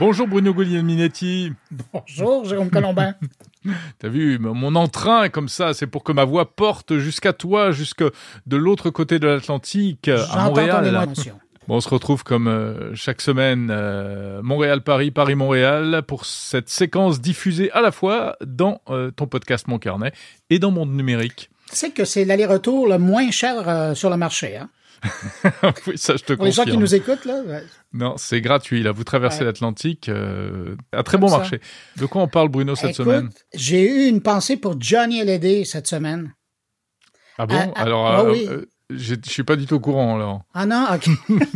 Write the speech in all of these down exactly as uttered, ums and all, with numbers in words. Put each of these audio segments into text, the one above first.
Bonjour Bruno Guglielminetti. Bonjour Jérôme Colombin. T'as vu, mon entrain comme ça, c'est pour que ma voix porte jusqu'à toi, jusque de l'autre côté de l'Atlantique, à Montréal. J'entends ton émotion. Bon, on se retrouve comme euh, chaque semaine, euh, Montréal-Paris, Paris-Montréal, pour cette séquence diffusée à la fois dans euh, ton podcast Mon Carnet et dans Monde Numérique. Tu sais que c'est l'aller-retour le moins cher euh, sur le marché, hein? Oui, ça, je te confirme. Pour les gens qui nous écoutent, là. Ouais. Non, c'est gratuit, là. Vous traversez ouais. l'Atlantique, euh, à très Comme bon ça. marché. De quoi on parle, Bruno, cette Écoute, semaine? J'ai eu une pensée pour Johnny Hallyday cette semaine. Ah bon? Ah, Alors, ah, euh, oui. euh, je ne suis pas du tout au courant, alors. Ah non? OK.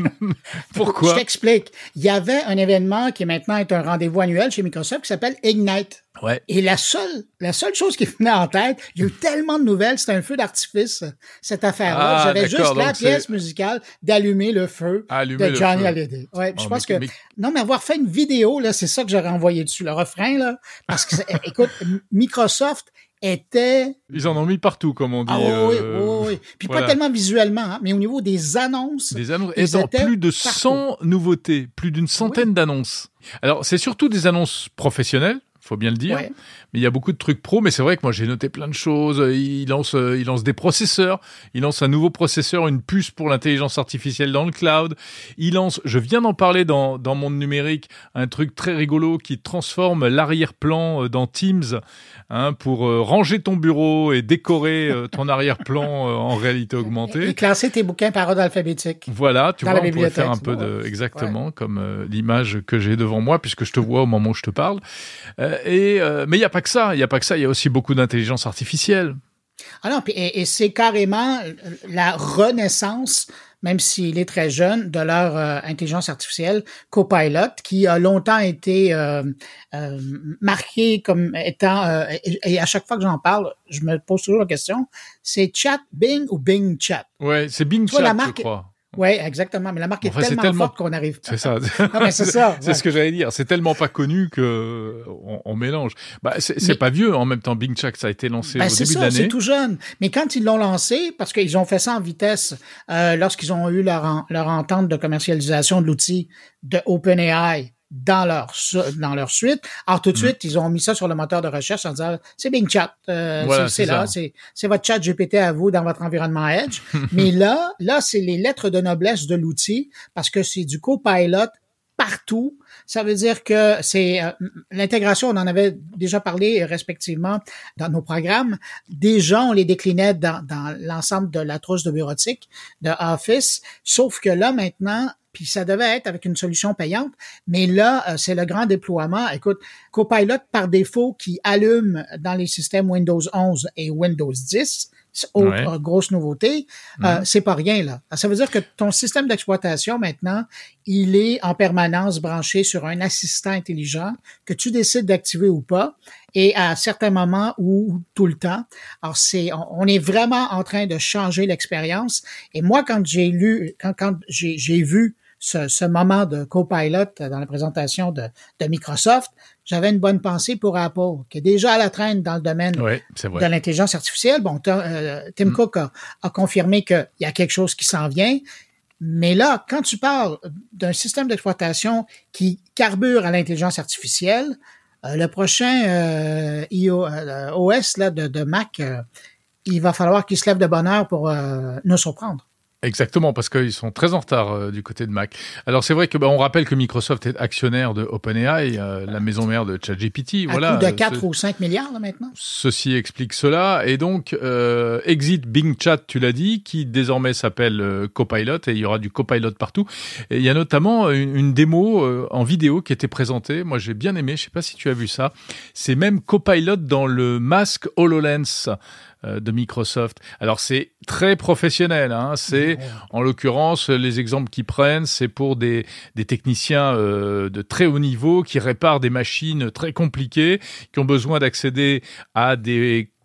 Pourquoi? Je t'explique. Il y avait un événement qui maintenant est un rendez-vous annuel chez Microsoft qui s'appelle Ignite. Ouais. Et la seule, la seule chose qui venait en tête, il y a eu tellement de nouvelles, c'était un feu d'artifice, cette affaire-là. Ah, J'avais juste la c'est... pièce musicale d'allumer le feu Allumer de le Johnny feu. Hallyday. Ouais, oh, je pense mais, que, mais... non, mais avoir fait une vidéo, là, c'est ça que j'aurais envoyé dessus, le refrain, là, parce que, écoute, Microsoft était... Ils en ont mis partout, comme on dit. Ah oui, euh... oui, oui. Puis voilà. pas tellement visuellement, hein, mais au niveau des annonces. Des annonces. Et dans plus de cent partout. nouveautés, plus d'une centaine oui. d'annonces. Alors, c'est surtout des annonces professionnelles, faut bien le dire. Ouais. Mais il y a beaucoup de trucs pro, mais c'est vrai que moi j'ai noté plein de choses. Il lance, il lance des processeurs. Il lance un nouveau processeur, une puce pour l'intelligence artificielle dans le cloud. Il lance, je viens d'en parler dans, dans Monde Numérique, un truc très rigolo qui transforme l'arrière-plan dans Teams, hein, pour euh, ranger ton bureau et décorer euh, ton arrière-plan euh, en réalité augmentée. Et classer tes bouquins par ordre alphabétique. Voilà, tu dans vois, la on pourrait faire un bibliothèque. peu de, exactement, ouais. comme euh, l'image que j'ai devant moi, puisque je te vois au moment où je te parle. Euh, et euh, mais il y a pas que ça, il y a pas que ça, il y a aussi beaucoup d'intelligence artificielle. Ah non, puis, et, et c'est carrément la renaissance, même s'il est très jeune, de leur euh, intelligence artificielle Copilot, qui a longtemps été euh, euh, marqué comme étant, euh, et, et à chaque fois que j'en parle, je me pose toujours la question, c'est Chat Bing ou Bing Chat? Ouais, c'est Bing Toi, Chat, la marque... je crois. Oui, exactement. Mais la marque enfin, est tellement, tellement forte qu'on arrive. C'est ça. non, mais c'est ça. c'est ouais. ce que j'allais dire. C'est tellement pas connu que on, on mélange. Bah, c'est, c'est mais... pas vieux en même temps. Bing Chat, ça a été lancé ben, au c'est début ça, de l'année. C'est tout jeune. Mais quand ils l'ont lancé, parce qu'ils ont fait ça en vitesse, euh, lorsqu'ils ont eu leur, en, leur entente de commercialisation de l'outil de OpenAI dans leur dans leur suite. Alors tout de suite, mmh. ils ont mis ça sur le moteur de recherche en disant c'est Bing Chat, euh, voilà, c'est, c'est, c'est là, c'est c'est votre chat G P T à vous dans votre environnement Edge. Mais là, là c'est les lettres de noblesse de l'outil parce que c'est du Copilot partout. Ça veut dire que c'est euh, l'intégration, on en avait déjà parlé respectivement dans nos programmes. Déjà, on les déclinait dans, dans l'ensemble de la trousse de bureautique de Office, sauf que là maintenant, puis ça devait être avec une solution payante, mais là, euh, c'est le grand déploiement. Écoute, Copilot par défaut qui allume dans les systèmes Windows onze et Windows dix, autre ouais. euh, grosse nouveauté, mmh. euh, c'est pas rien là. Ça veut dire que ton système d'exploitation maintenant, il est en permanence branché sur un assistant intelligent que tu décides d'activer ou pas, et à certains moments ou tout le temps. Alors c'est, on, on est vraiment en train de changer l'expérience. Et moi, quand j'ai lu, quand quand j'ai, j'ai vu Ce, ce moment de Copilot dans la présentation de, de Microsoft, j'avais une bonne pensée pour Apple, qui est déjà à la traîne dans le domaine ouais, de l'intelligence artificielle. Bon, euh, Tim mm. Cook a, a confirmé qu'il y a quelque chose qui s'en vient. Mais là, quand tu parles d'un système d'exploitation qui carbure à l'intelligence artificielle, euh, le prochain euh, I O, euh, O S là, de, de Mac, euh, il va falloir qu'il se lève de bonne heure pour euh, nous surprendre. Exactement, parce qu'ils sont très en retard euh, du côté de Mac. Alors c'est vrai que bah, on rappelle que Microsoft est actionnaire de OpenAI, euh, la maison mère de ChatGPT. À voilà, coût de quatre ce... ou cinq milliards là maintenant. Ceci explique cela. Et donc euh, exit Bing Chat, tu l'as dit, qui désormais s'appelle euh, Copilot, et il y aura du Copilot partout. Et il y a notamment une, une démo euh, en vidéo qui était présentée. Moi j'ai bien aimé. Je sais pas si tu as vu ça. C'est même Copilot dans le masque HoloLens de Microsoft. Alors c'est très professionnel, hein. C'est en l'occurrence les exemples qu'ils prennent, c'est pour des des techniciens euh, de très haut niveau qui réparent des machines très compliquées, qui ont besoin d'accéder à des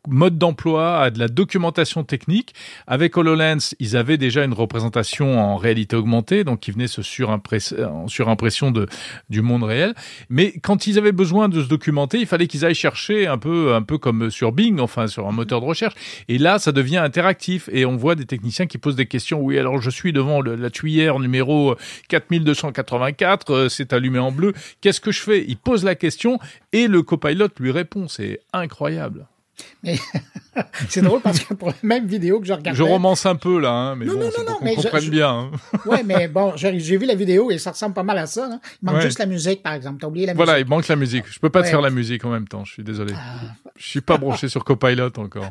mode d'emploi, à de la documentation technique. Avec HoloLens, ils avaient déjà une représentation en réalité augmentée, donc qui venait se surimpresser, en surimpression de, du monde réel. Mais quand ils avaient besoin de se documenter, il fallait qu'ils aillent chercher un peu, un peu comme sur Bing, enfin sur un moteur de recherche. Et là, ça devient interactif et on voit des techniciens qui posent des questions. Oui, alors je suis devant le, la tuyère numéro quatre mille deux cent quatre-vingt-quatre, euh, c'est allumé en bleu. Qu'est-ce que je fais? Il pose la question et le copilote lui répond. C'est incroyable. Mais c'est drôle parce que pour la même vidéo que je regardais... Je romance un peu là, hein, mais non, bon, non, c'est non, pour non, qu'on comprenne je... bien. Hein. Oui, mais bon, j'ai, j'ai vu la vidéo et ça ressemble pas mal à ça. Hein. Il manque ouais. juste la musique, par exemple. T'as oublié la voilà, musique. Voilà, il manque la musique. Je peux pas ouais. te faire la musique en même temps, je suis désolé. Ah. Je suis pas branché sur Copilot encore.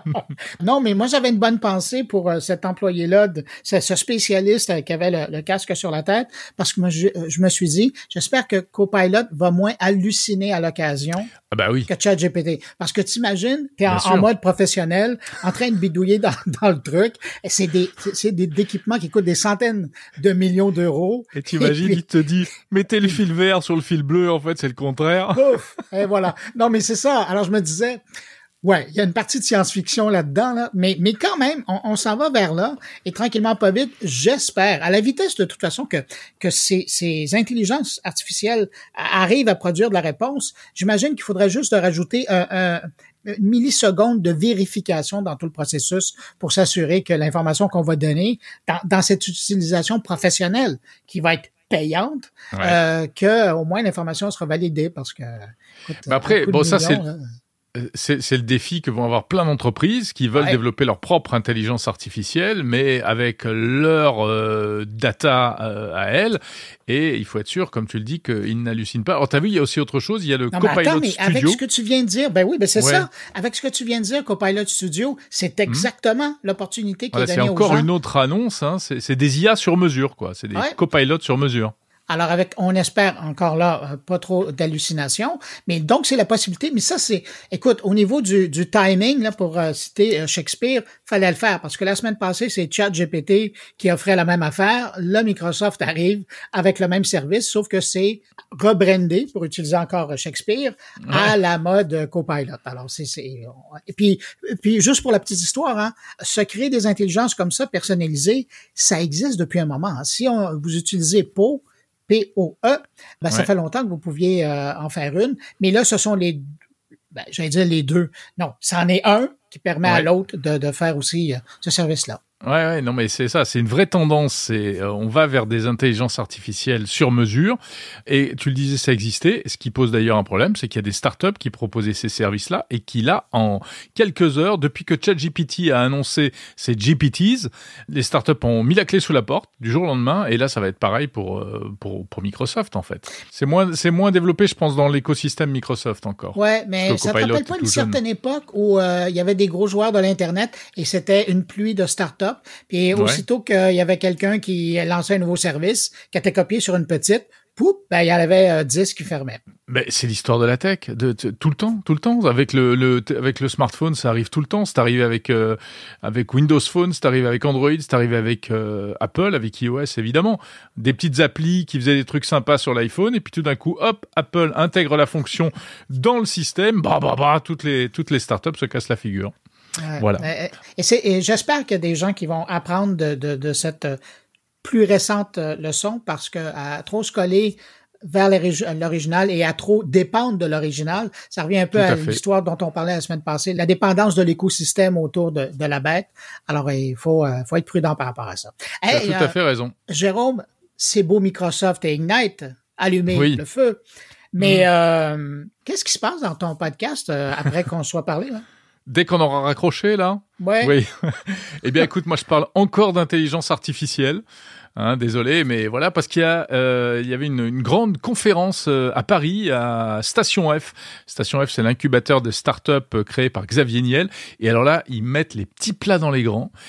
Non, mais moi, j'avais une bonne pensée pour euh, cet employé-là, de, ce, ce spécialiste euh, qui avait le, le casque sur la tête, parce que moi, je, je me suis dit, j'espère que Copilot va moins halluciner à l'occasion ah bah oui. que ChatGPT. Parce que t'imagines, t'es en, en mode professionnel, en train de bidouiller dans, dans le truc, et c'est des, c'est, c'est des équipements qui coûtent des centaines de millions d'euros. Et t'imagines, et puis, il te dit, mettez le fil vert sur le fil bleu, en fait, c'est le contraire. Ouf, et voilà. Non, mais c'est ça. Alors, je me disais, ouais, il y a une partie de science-fiction là-dedans, là, mais, mais quand même, on, on s'en va vers là, et tranquillement, pas vite, j'espère, à la vitesse de toute façon que, que ces, ces intelligences artificielles arrivent à produire de la réponse, j'imagine qu'il faudrait juste rajouter un, un une milliseconde de vérification dans tout le processus pour s'assurer que l'information qu'on va donner dans, dans cette utilisation professionnelle qui va être payante, ouais. euh, que au moins l'information sera validée parce que écoute, bah après bon ça millions, c'est là, C'est, c'est le défi que vont avoir plein d'entreprises qui veulent ouais. développer leur propre intelligence artificielle, mais avec leur euh, data euh, à elles. Et il faut être sûr, comme tu le dis, qu'ils n'hallucinent pas. Alors, t'as vu, il y a aussi autre chose. Il y a le non, Copilot mais attends, mais Studio. Avec ce que tu viens de dire, ben oui, ben c'est ouais. ça. Avec ce que tu viens de dire, Copilot Studio, c'est exactement mmh. l'opportunité qui voilà, est donnée aux gens. C'est encore une autre annonce. Hein. C'est, c'est des I A sur mesure, quoi. C'est des ouais. copilotes sur mesure. Alors, avec, on espère encore là, pas trop d'hallucinations, mais donc c'est la possibilité. Mais ça, c'est, écoute, au niveau du, du timing, là, pour euh, citer euh, Shakespeare, fallait le faire parce que la semaine passée, c'est ChatGPT qui offrait la même affaire. Là, Microsoft arrive avec le même service, sauf que c'est rebrandé, pour utiliser encore Shakespeare, ouais. à la mode Copilot. Alors, c'est, c'est, et puis, et puis juste pour la petite histoire, hein, se créer des intelligences comme ça, personnalisées, ça existe depuis un moment. Hein. Si on, vous utilisez Poe, P O E, ben, ouais. ça fait longtemps que vous pouviez euh, en faire une, mais là, ce sont les, ben, j'allais dire les deux. Non, c'en est un qui permet ouais. à l'autre de, de faire aussi euh, ce service-là. Ouais, ouais, non, mais c'est ça, c'est une vraie tendance. C'est, euh, on va vers des intelligences artificielles sur mesure. Et tu le disais, ça existait. Ce qui pose d'ailleurs un problème, c'est qu'il y a des startups qui proposaient ces services-là et qui, là, en quelques heures, depuis que ChatGPT a annoncé ses G P Ts, les startups ont mis la clé sous la porte du jour au lendemain. Et là, ça va être pareil pour euh, pour pour Microsoft, en fait. C'est moins c'est moins développé, je pense, dans l'écosystème Microsoft encore. Ouais, mais ça te rappelle pas une certaine époque où euh, il y avait des gros joueurs de l'internet et c'était une pluie de startups. Puis aussitôt ouais. qu'il y avait quelqu'un qui lançait un nouveau service, qui était copié sur une petite, poup, ben, il y en avait euh, dix qui fermaient. Ben, c'est l'histoire de la tech, de, de, tout le temps, tout le temps. Avec le, le, avec le smartphone, ça arrive tout le temps. C'est arrivé avec, euh, avec Windows Phone, c'est arrivé avec Android, c'est arrivé avec euh, Apple, avec iOS, évidemment. Des petites applis qui faisaient des trucs sympas sur l'iPhone, et puis tout d'un coup, hop, Apple intègre la fonction dans le système, bah, bah, bah, toutes les, toutes les startups se cassent la figure. Euh, voilà. Et, c'est, et j'espère qu'il y a des gens qui vont apprendre de, de, de cette plus récente leçon parce que à trop se coller vers l'original et à trop dépendre de l'original, ça revient un peu à, à l'histoire dont on parlait la semaine passée, la dépendance de l'écosystème autour de, de la bête. Alors, il faut, euh, faut être prudent par rapport à ça. Tu as hey, tout euh, à fait raison. Jérôme, c'est beau Microsoft et Ignite, allumer oui. le feu. Mais mmh. euh, qu'est-ce qui se passe dans ton podcast euh, après qu'on soit parlé, là? Dès qu'on aura raccroché, là? Ouais. Oui. Eh bien, écoute, moi, je parle encore d'intelligence artificielle. Hein, désolé, mais voilà, parce qu'il y a, euh, il y avait une, une grande conférence euh, à Paris, à Station F. Station F, c'est l'incubateur de start-up créé par Xavier Niel. Et alors là, ils mettent les petits plats dans les grands.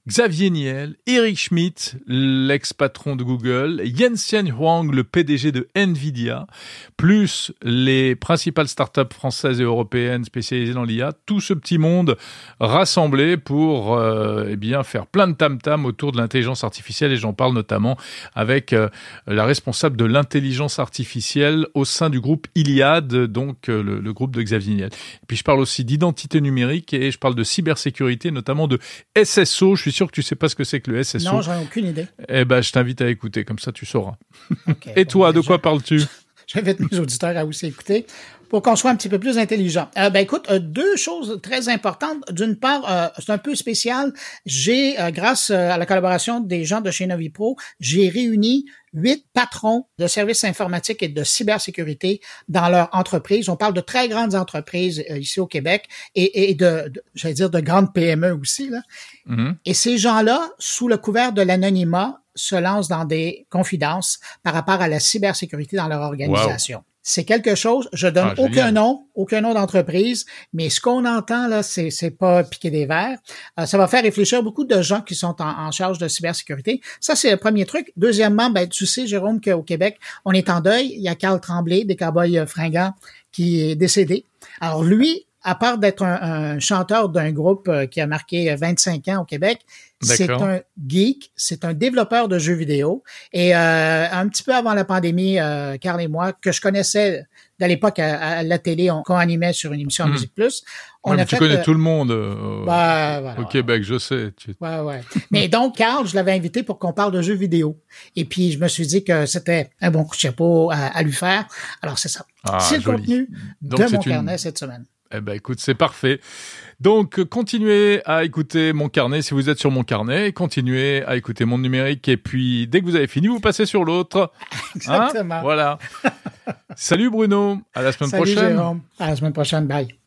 Xavier Niel, Eric Schmidt, l'ex-patron de Google, Jensen Huang, le P D G de Nvidia, plus les principales startups françaises et européennes spécialisées dans l'I A, tout ce petit monde rassemblé pour euh, eh bien faire plein de tam-tam autour de l'intelligence artificielle, et j'en parle notamment avec euh, la responsable de l'intelligence artificielle au sein du groupe Iliad, donc euh, le, le groupe de Xavier Niel. Et puis je parle aussi d'identité numérique et je parle de cybersécurité, notamment de S S O. Je suis sûr que tu sais pas ce que c'est que le S S O. Non, j'en ai aucune idée. Eh ben, je t'invite à écouter, comme ça tu sauras. Okay, et bon, toi, ben, de quoi je... parles-tu? J'invite mes auditeurs à aussi écouter pour qu'on soit un petit peu plus intelligent. Euh, ben écoute, euh, deux choses très importantes. D'une part, euh, c'est un peu spécial. J'ai, euh, grâce à la collaboration des gens de chez Novipro, j'ai réuni huit patrons de services informatiques et de cybersécurité dans leur entreprise. On parle de très grandes entreprises euh, ici au Québec et, et de, de, j'allais dire, de grandes P M E aussi, là. Mm-hmm. Et ces gens-là, sous le couvert de l'anonymat, se lancent dans des confidences par rapport à la cybersécurité dans leur organisation. Wow. C'est quelque chose, je donne ah, aucun génial. nom, aucun nom d'entreprise, mais ce qu'on entend là, c'est c'est pas piquer des verres. Euh, ça va faire réfléchir beaucoup de gens qui sont en, en charge de cybersécurité. Ça, c'est le premier truc. Deuxièmement, ben tu sais, Jérôme, qu'au Québec, on est en deuil. Il y a Carl Tremblay, des Cowboys fringants, qui est décédé. Alors lui, à part d'être un, un chanteur d'un groupe qui a marqué vingt-cinq ans au Québec, c'est un geek, c'est un développeur de jeux vidéo. Et euh, un petit peu avant la pandémie, euh, Carl et moi, que je connaissais de l'époque à, à la télé, on co-animait sur une émission mmh. Musique Plus. On ouais, a tu fait, connais euh, tout le monde euh, bah, voilà, au Québec, je sais. Tu... Ouais, ouais. Mais donc, Carl, je l'avais invité pour qu'on parle de jeux vidéo. Et puis, je me suis dit que c'était un bon coup de chapeau à, à lui faire. Alors, c'est ça. Ah, c'est le joli. contenu donc, de mon une... carnet cette semaine. Eh ben, écoute, c'est parfait. Donc, continuez à écouter Mon Carnet si vous êtes sur Mon Carnet. Continuez à écouter Monde Numérique. Et puis, dès que vous avez fini, vous passez sur l'autre. Exactement. Hein voilà. Salut Bruno. À la semaine Salut prochaine. Jérôme. À la semaine prochaine. Bye.